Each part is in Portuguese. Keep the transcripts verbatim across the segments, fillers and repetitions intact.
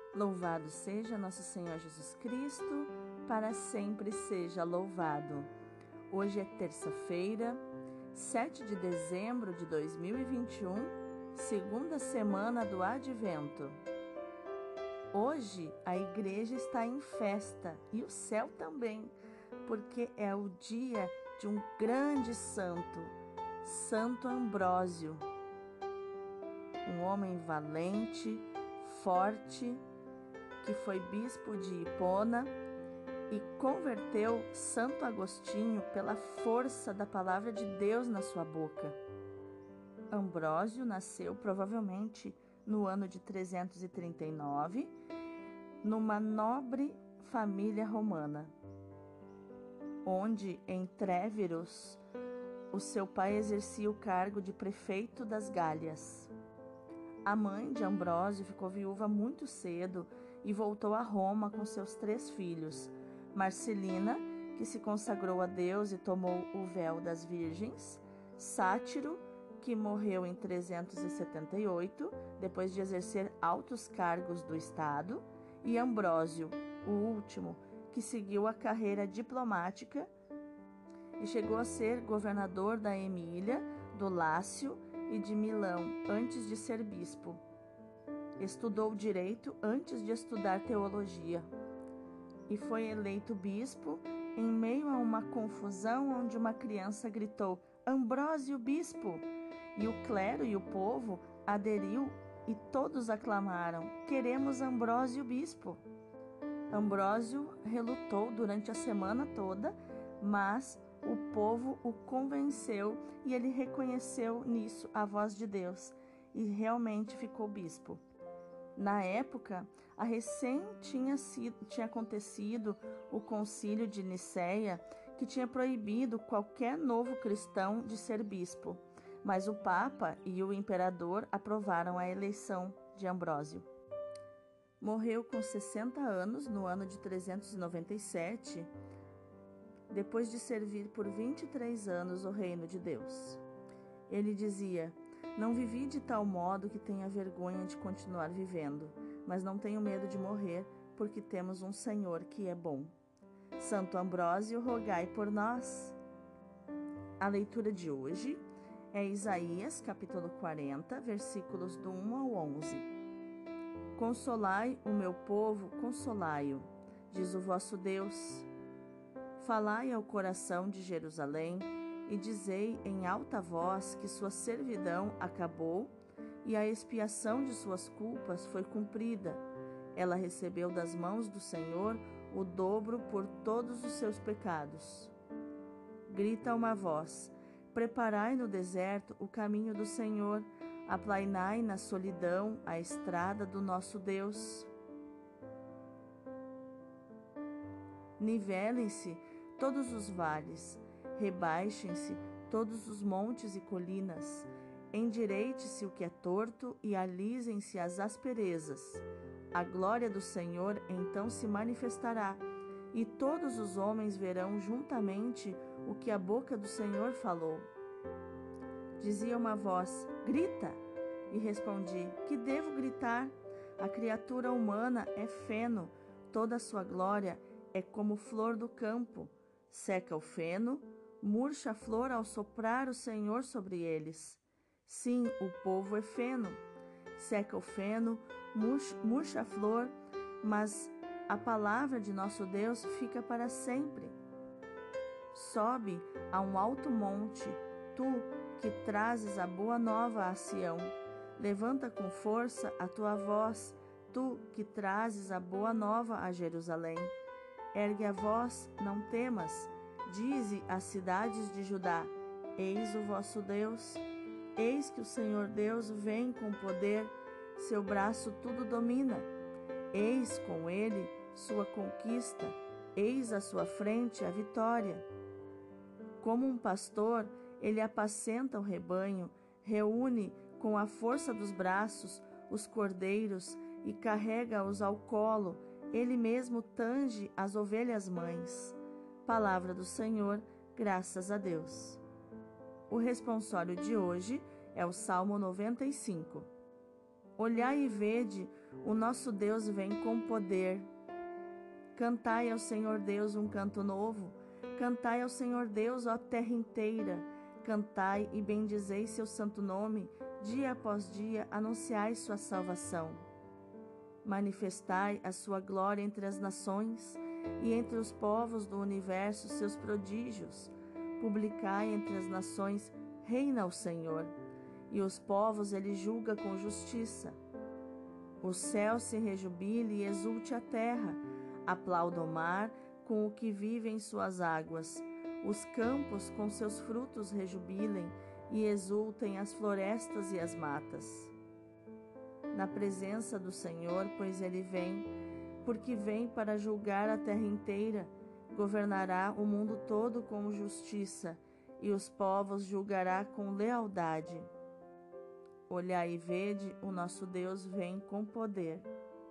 Louvado seja nosso Senhor Jesus Cristo, para sempre seja louvado. Hoje é terça-feira, sete de dezembro de dois mil e vinte e um, segunda semana do Advento. Hoje a igreja está em festa e o céu também, porque é o dia de um grande santo, Santo Ambrósio, um homem valente, forte, que foi bispo de Hipona e converteu Santo Agostinho pela força da palavra de Deus na sua boca. Ambrósio nasceu provavelmente no ano de trezentos e trinta e nove, numa nobre família romana, onde em Tréviros o seu pai exercia o cargo de prefeito das Gálias. A mãe de Ambrósio ficou viúva muito cedo e voltou a Roma com seus três filhos, Marcelina, que se consagrou a Deus e tomou o véu das virgens, Sátiro, que morreu em trezentos e setenta e oito, depois de exercer altos cargos do Estado, e Ambrósio, o último, que seguiu a carreira diplomática e chegou a ser governador da Emília, do Lácio e de Milão, antes de ser bispo. Estudou direito antes de estudar teologia e foi eleito bispo em meio a uma confusão onde uma criança gritou: "Ambrósio bispo!" E o clero e o povo aderiu e todos aclamaram: "Queremos Ambrósio bispo!" Ambrósio relutou durante a semana toda, mas o povo o convenceu e ele reconheceu nisso a voz de Deus e realmente ficou bispo. Na época, a recém tinha, sido, tinha acontecido o concílio de Nicéia, que tinha proibido qualquer novo cristão de ser bispo, mas o Papa e o imperador aprovaram a eleição de Ambrósio. Morreu com sessenta anos no ano de trezentos e noventa e sete, depois de servir por vinte e três anos o reino de Deus. Ele dizia: "Não vivi de tal modo que tenha vergonha de continuar vivendo, mas não tenho medo de morrer, porque temos um Senhor que é bom. Santo Ambrósio, rogai por nós." A leitura de hoje é Isaías, capítulo quarenta, versículos do um ao onze. "Consolai o meu povo, consolai-o, diz o vosso Deus. Falai ao coração de Jerusalém e dizei em alta voz que sua servidão acabou e a expiação de suas culpas foi cumprida. Ela recebeu das mãos do Senhor o dobro por todos os seus pecados. Grita uma voz: preparai no deserto o caminho do Senhor, aplainai na solidão a estrada do nosso Deus. Nivelem-se todos os vales, rebaixem-se todos os montes e colinas, endireite-se o que é torto e alisem-se as asperezas. A glória do Senhor então se manifestará, e todos os homens verão juntamente o que a boca do Senhor falou." Dizia uma voz: "Grita!" E respondi: "Que devo gritar? A criatura humana é feno, toda a sua glória é como flor do campo. Seca o feno, murcha a flor ao soprar o Senhor sobre eles. Sim, o povo é feno. Seca o feno, murcha, murcha a flor, mas a palavra de nosso Deus fica para sempre. Sobe a um alto monte, tu que trazes a boa nova a Sião. Levanta com força a tua voz, tu que trazes a boa nova a Jerusalém. Ergue a voz, não temas, dize às cidades de Judá: eis o vosso Deus. Eis que o Senhor Deus vem com poder, seu braço tudo domina. Eis com ele sua conquista, eis à sua frente a vitória. Como um pastor, ele apacenta o rebanho, reúne com a força dos braços os cordeiros e carrega-os ao colo. Ele mesmo tange as ovelhas mães. Palavra do Senhor, graças a Deus." O responsório de hoje é o Salmo noventa e cinco. Olhai e vede, o nosso Deus vem com poder. Cantai ao Senhor Deus um canto novo. Cantai ao Senhor Deus, ó terra inteira. Cantai e bendizei seu santo nome. Dia após dia anunciai sua salvação. Manifestai a sua glória entre as nações e entre os povos do universo seus prodígios. Publicai entre as nações, reina o Senhor, e os povos ele julga com justiça. O céu se rejubile e exulte a terra, aplauda o mar com o que vive em suas águas. Os campos com seus frutos rejubilem e exultem as florestas e as matas. Na presença do Senhor, pois ele vem, porque vem para julgar a terra inteira, governará o mundo todo com justiça, e os povos julgará com lealdade. Olhai e vede, o nosso Deus vem com poder.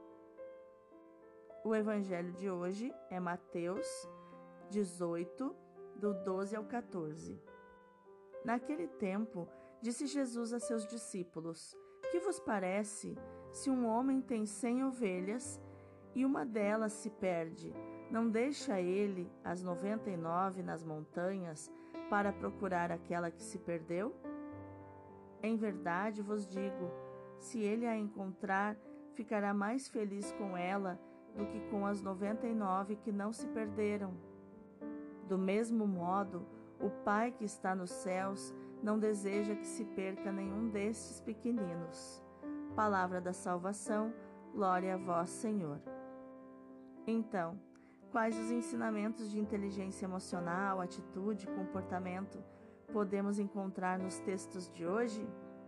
O evangelho de hoje é Mateus dezoito, do doze ao quatorze. Naquele tempo, disse Jesus a seus discípulos: Que vos parece se um homem tem cem ovelhas e uma delas se perde? Não deixa ele as noventa e nove nas montanhas para procurar aquela que se perdeu? Em verdade vos digo, se ele a encontrar, ficará mais feliz com ela do que com as noventa e nove que não se perderam. Do mesmo modo, o Pai que está nos céus não deseja que se perca nenhum destes pequeninos. Palavra da salvação, glória a vós, Senhor. Então, quais os ensinamentos de inteligência emocional, atitude e comportamento podemos encontrar nos textos de hoje?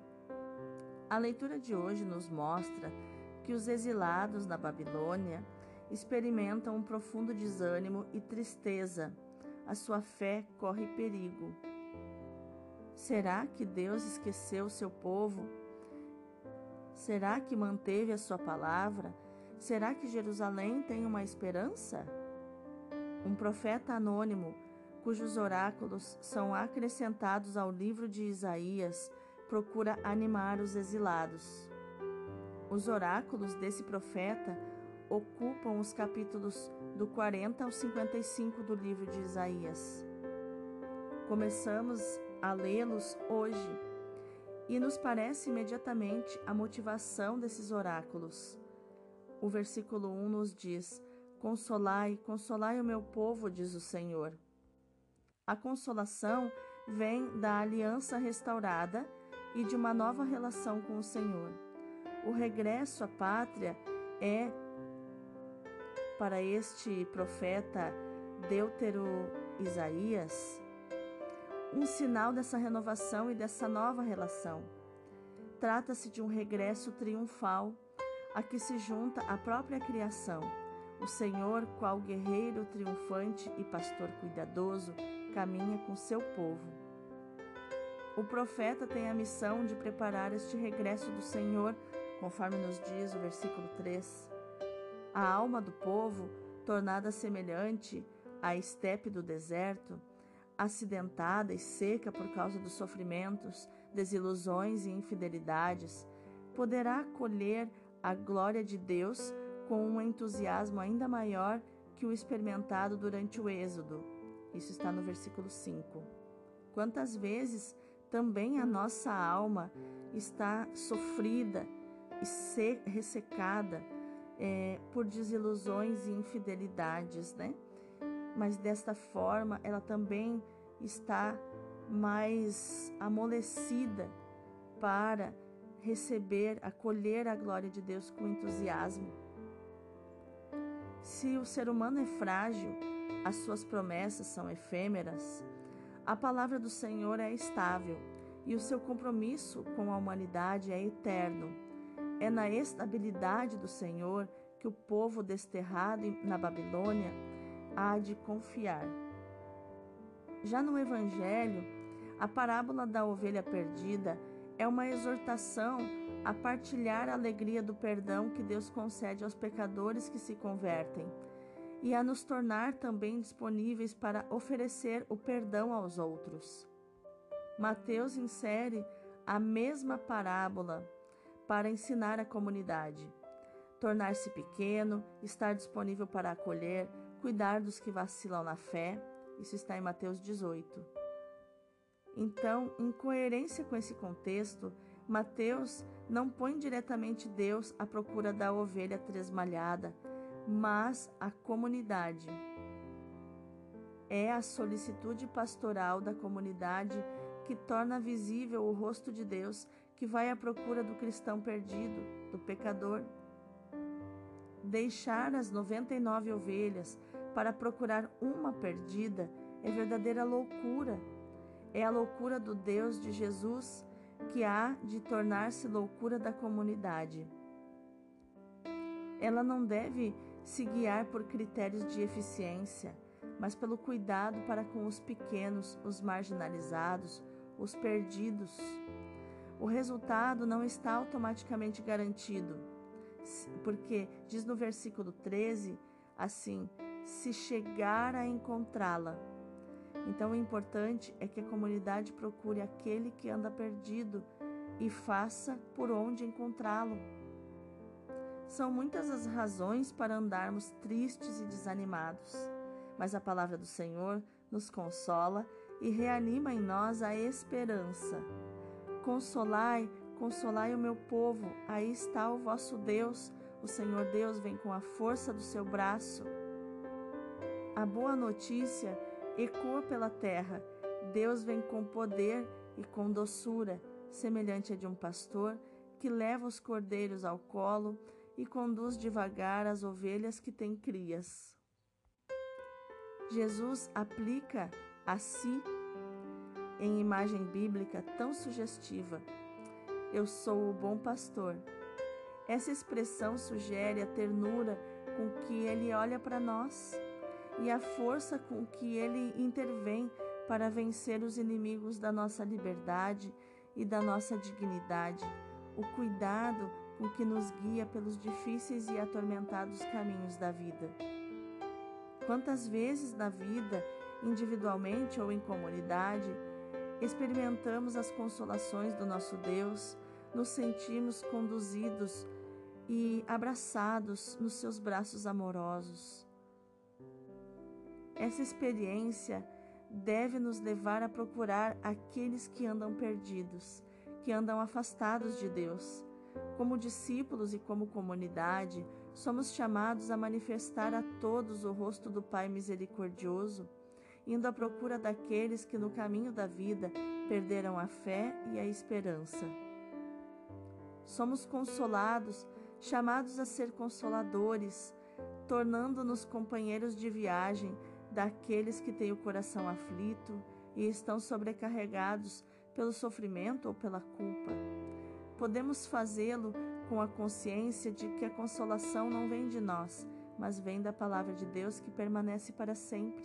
A leitura de hoje nos mostra que os exilados na Babilônia experimentam um profundo desânimo e tristeza. A sua fé corre perigo. Será que Deus esqueceu o seu povo? Será que manteve a sua palavra? Será que Jerusalém tem uma esperança? Um profeta anônimo, cujos oráculos são acrescentados ao livro de Isaías, procura animar os exilados. Os oráculos desse profeta ocupam os capítulos do quarenta ao cinquenta e cinco do livro de Isaías. Começamos a lê-los hoje e nos parece imediatamente a motivação desses oráculos. O versículo um nos diz: Consolai, consolai o meu povo, diz o Senhor. A consolação vem da aliança restaurada e de uma nova relação com o Senhor. O regresso à pátria é, para este profeta Deutero Isaías, um sinal dessa renovação e dessa nova relação. Trata-se de um regresso triunfal a que se junta a própria criação. O Senhor, qual guerreiro triunfante e pastor cuidadoso, caminha com seu povo. O profeta tem a missão de preparar este regresso do Senhor, conforme nos diz o versículo três. A alma do povo, tornada semelhante à estepe do deserto, acidentada e seca por causa dos sofrimentos, desilusões e infidelidades, poderá acolher a glória de Deus com um entusiasmo ainda maior que o experimentado durante o Êxodo. Isso está no versículo cinco. Quantas vezes também a nossa alma está sofrida e ressecada é, por desilusões e infidelidades, né? Mas desta forma ela também está mais amolecida para receber, acolher a glória de Deus com entusiasmo. Se o ser humano é frágil, as suas promessas são efêmeras, a palavra do Senhor é estável e o seu compromisso com a humanidade é eterno. É na estabilidade do Senhor que o povo desterrado na Babilônia há de confiar. Já no Evangelho, a parábola da ovelha perdida é uma exortação a partilhar a alegria do perdão que Deus concede aos pecadores que se convertem e a nos tornar também disponíveis para oferecer o perdão aos outros. Mateus insere a mesma parábola para ensinar a comunidade. Tornar-se pequeno, estar disponível para acolher, cuidar dos que vacilam na fé. Isso está em Mateus dezoito. Então, em coerência com esse contexto, Mateus não põe diretamente Deus à procura da ovelha tresmalhada, mas a comunidade. É a solicitude pastoral da comunidade que torna visível o rosto de Deus, que vai à procura do cristão perdido, do pecador. Deixar as noventa e nove ovelhas para procurar uma perdida é verdadeira loucura. É a loucura do Deus de Jesus que há de tornar-se loucura da comunidade. Ela não deve se guiar por critérios de eficiência, mas pelo cuidado para com os pequenos, os marginalizados, os perdidos. O resultado não está automaticamente garantido, porque diz no versículo treze, assim, se chegar a encontrá-la. Então o importante é que a comunidade procure aquele que anda perdido e faça por onde encontrá-lo. São muitas as razões para andarmos tristes e desanimados, mas a palavra do Senhor nos consola e reanima em nós a esperança. Consolai, consolai o meu povo, aí está o vosso Deus, o Senhor Deus vem com a força do seu braço. A boa notícia ecoa pela terra, Deus vem com poder e com doçura, semelhante a de um pastor que leva os cordeiros ao colo e conduz devagar as ovelhas que têm crias. Jesus aplica a si, em imagem bíblica tão sugestiva, eu sou o bom pastor. Essa expressão sugere a ternura com que ele olha para nós e a força com que ele intervém para vencer os inimigos da nossa liberdade e da nossa dignidade, o cuidado com que nos guia pelos difíceis e atormentados caminhos da vida. Quantas vezes na vida, individualmente ou em comunidade, experimentamos as consolações do nosso Deus, nos sentimos conduzidos e abraçados nos seus braços amorosos. Essa experiência deve nos levar a procurar aqueles que andam perdidos, que andam afastados de Deus. Como discípulos e como comunidade, somos chamados a manifestar a todos o rosto do Pai misericordioso, indo à procura daqueles que no caminho da vida perderam a fé e a esperança. Somos consolados, chamados a ser consoladores, tornando-nos companheiros de viagem daqueles que têm o coração aflito e estão sobrecarregados pelo sofrimento ou pela culpa. Podemos fazê-lo com a consciência de que a consolação não vem de nós, mas vem da palavra de Deus que permanece para sempre.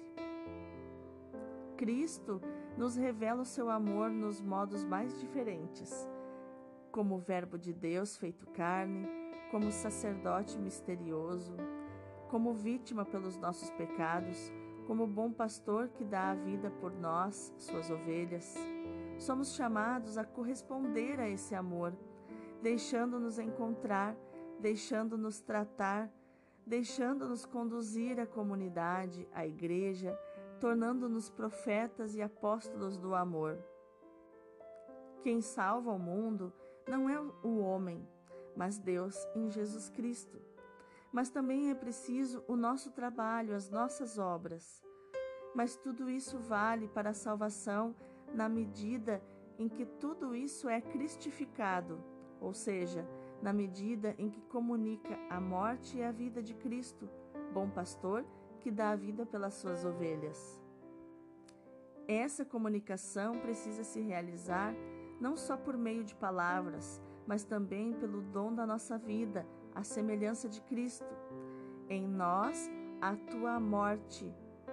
Cristo nos revela o seu amor nos modos mais diferentes, como o Verbo de Deus feito carne, como sacerdote misterioso, como vítima pelos nossos pecados, como bom pastor que dá a vida por nós, suas ovelhas. Somos chamados a corresponder a esse amor, deixando-nos encontrar, deixando-nos tratar, deixando-nos conduzir à comunidade, à igreja, tornando-nos profetas e apóstolos do amor. Quem salva o mundo não é o homem, mas Deus em Jesus Cristo. Mas também é preciso o nosso trabalho, as nossas obras. Mas tudo isso vale para a salvação na medida em que tudo isso é cristificado, ou seja, na medida em que comunica a morte e a vida de Cristo, bom pastor que dá a vida pelas suas ovelhas. Essa comunicação precisa se realizar não só por meio de palavras, mas também pelo dom da nossa vida, a semelhança de Cristo. Em nós, a tua morte.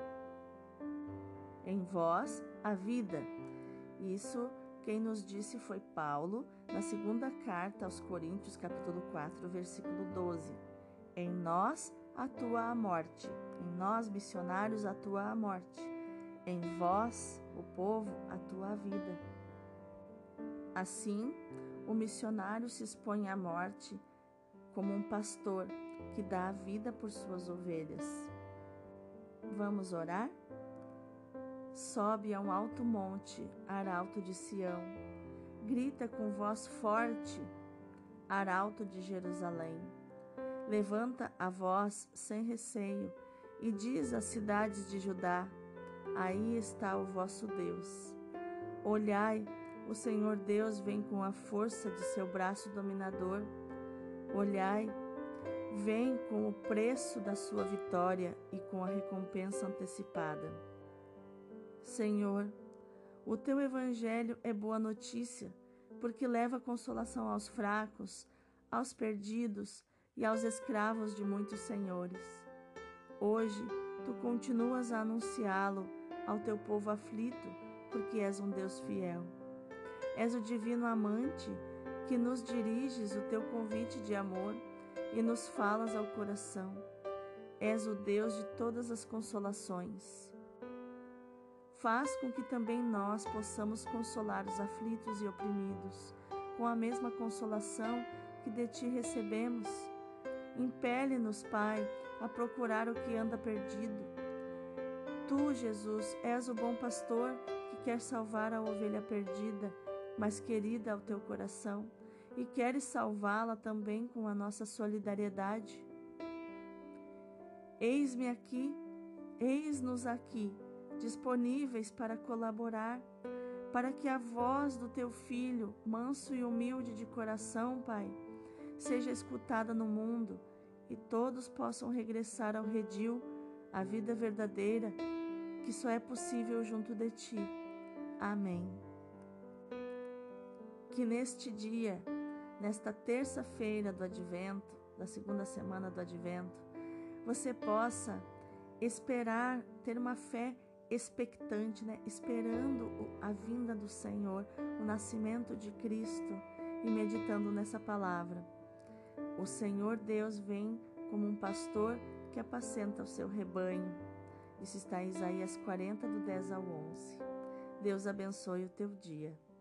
Em vós, a vida. Isso quem nos disse foi Paulo, na segunda carta aos Coríntios, capítulo quatro, versículo doze. Em nós, atua a morte. Em nós, missionários, atua a morte. Em vós, o povo, atua a vida. Assim, o missionário se expõe à morte como um pastor que dá a vida por suas ovelhas. Vamos orar? Sobe a um alto monte, arauto de Sião. Grita com voz forte, arauto de Jerusalém. Levanta a voz sem receio e diz às cidades de Judá: aí está o vosso Deus. Olhai, o Senhor Deus vem com a força de seu braço dominador. Olhai, vem com o preço da sua vitória e com a recompensa antecipada. Senhor, o teu evangelho é boa notícia, porque leva consolação aos fracos, aos perdidos e aos escravos de muitos senhores. Hoje, tu continuas a anunciá-lo ao teu povo aflito, porque és um Deus fiel. És o divino amante que nos diriges o teu convite de amor e nos falas ao coração. És o Deus de todas as consolações. Faz com que também nós possamos consolar os aflitos e oprimidos, com a mesma consolação que de ti recebemos. Impele-nos, Pai, a procurar o que anda perdido. Tu, Jesus, és o bom pastor que quer salvar a ovelha perdida, mas querida ao teu coração, e queres salvá-la também com a nossa solidariedade. Eis-me aqui, eis-nos aqui, disponíveis para colaborar, para que a voz do teu Filho, manso e humilde de coração, Pai, seja escutada no mundo e todos possam regressar ao redil, à vida verdadeira, que só é possível junto de ti. Amém. Que neste dia, nesta terça-feira do Advento, da segunda semana do Advento, você possa esperar, ter uma fé expectante, né? Esperando a vinda do Senhor, o nascimento de Cristo e meditando nessa palavra. O Senhor Deus vem como um pastor que apacenta o seu rebanho. Isso está em Isaías quarenta, do dez ao onze. Deus abençoe o teu dia.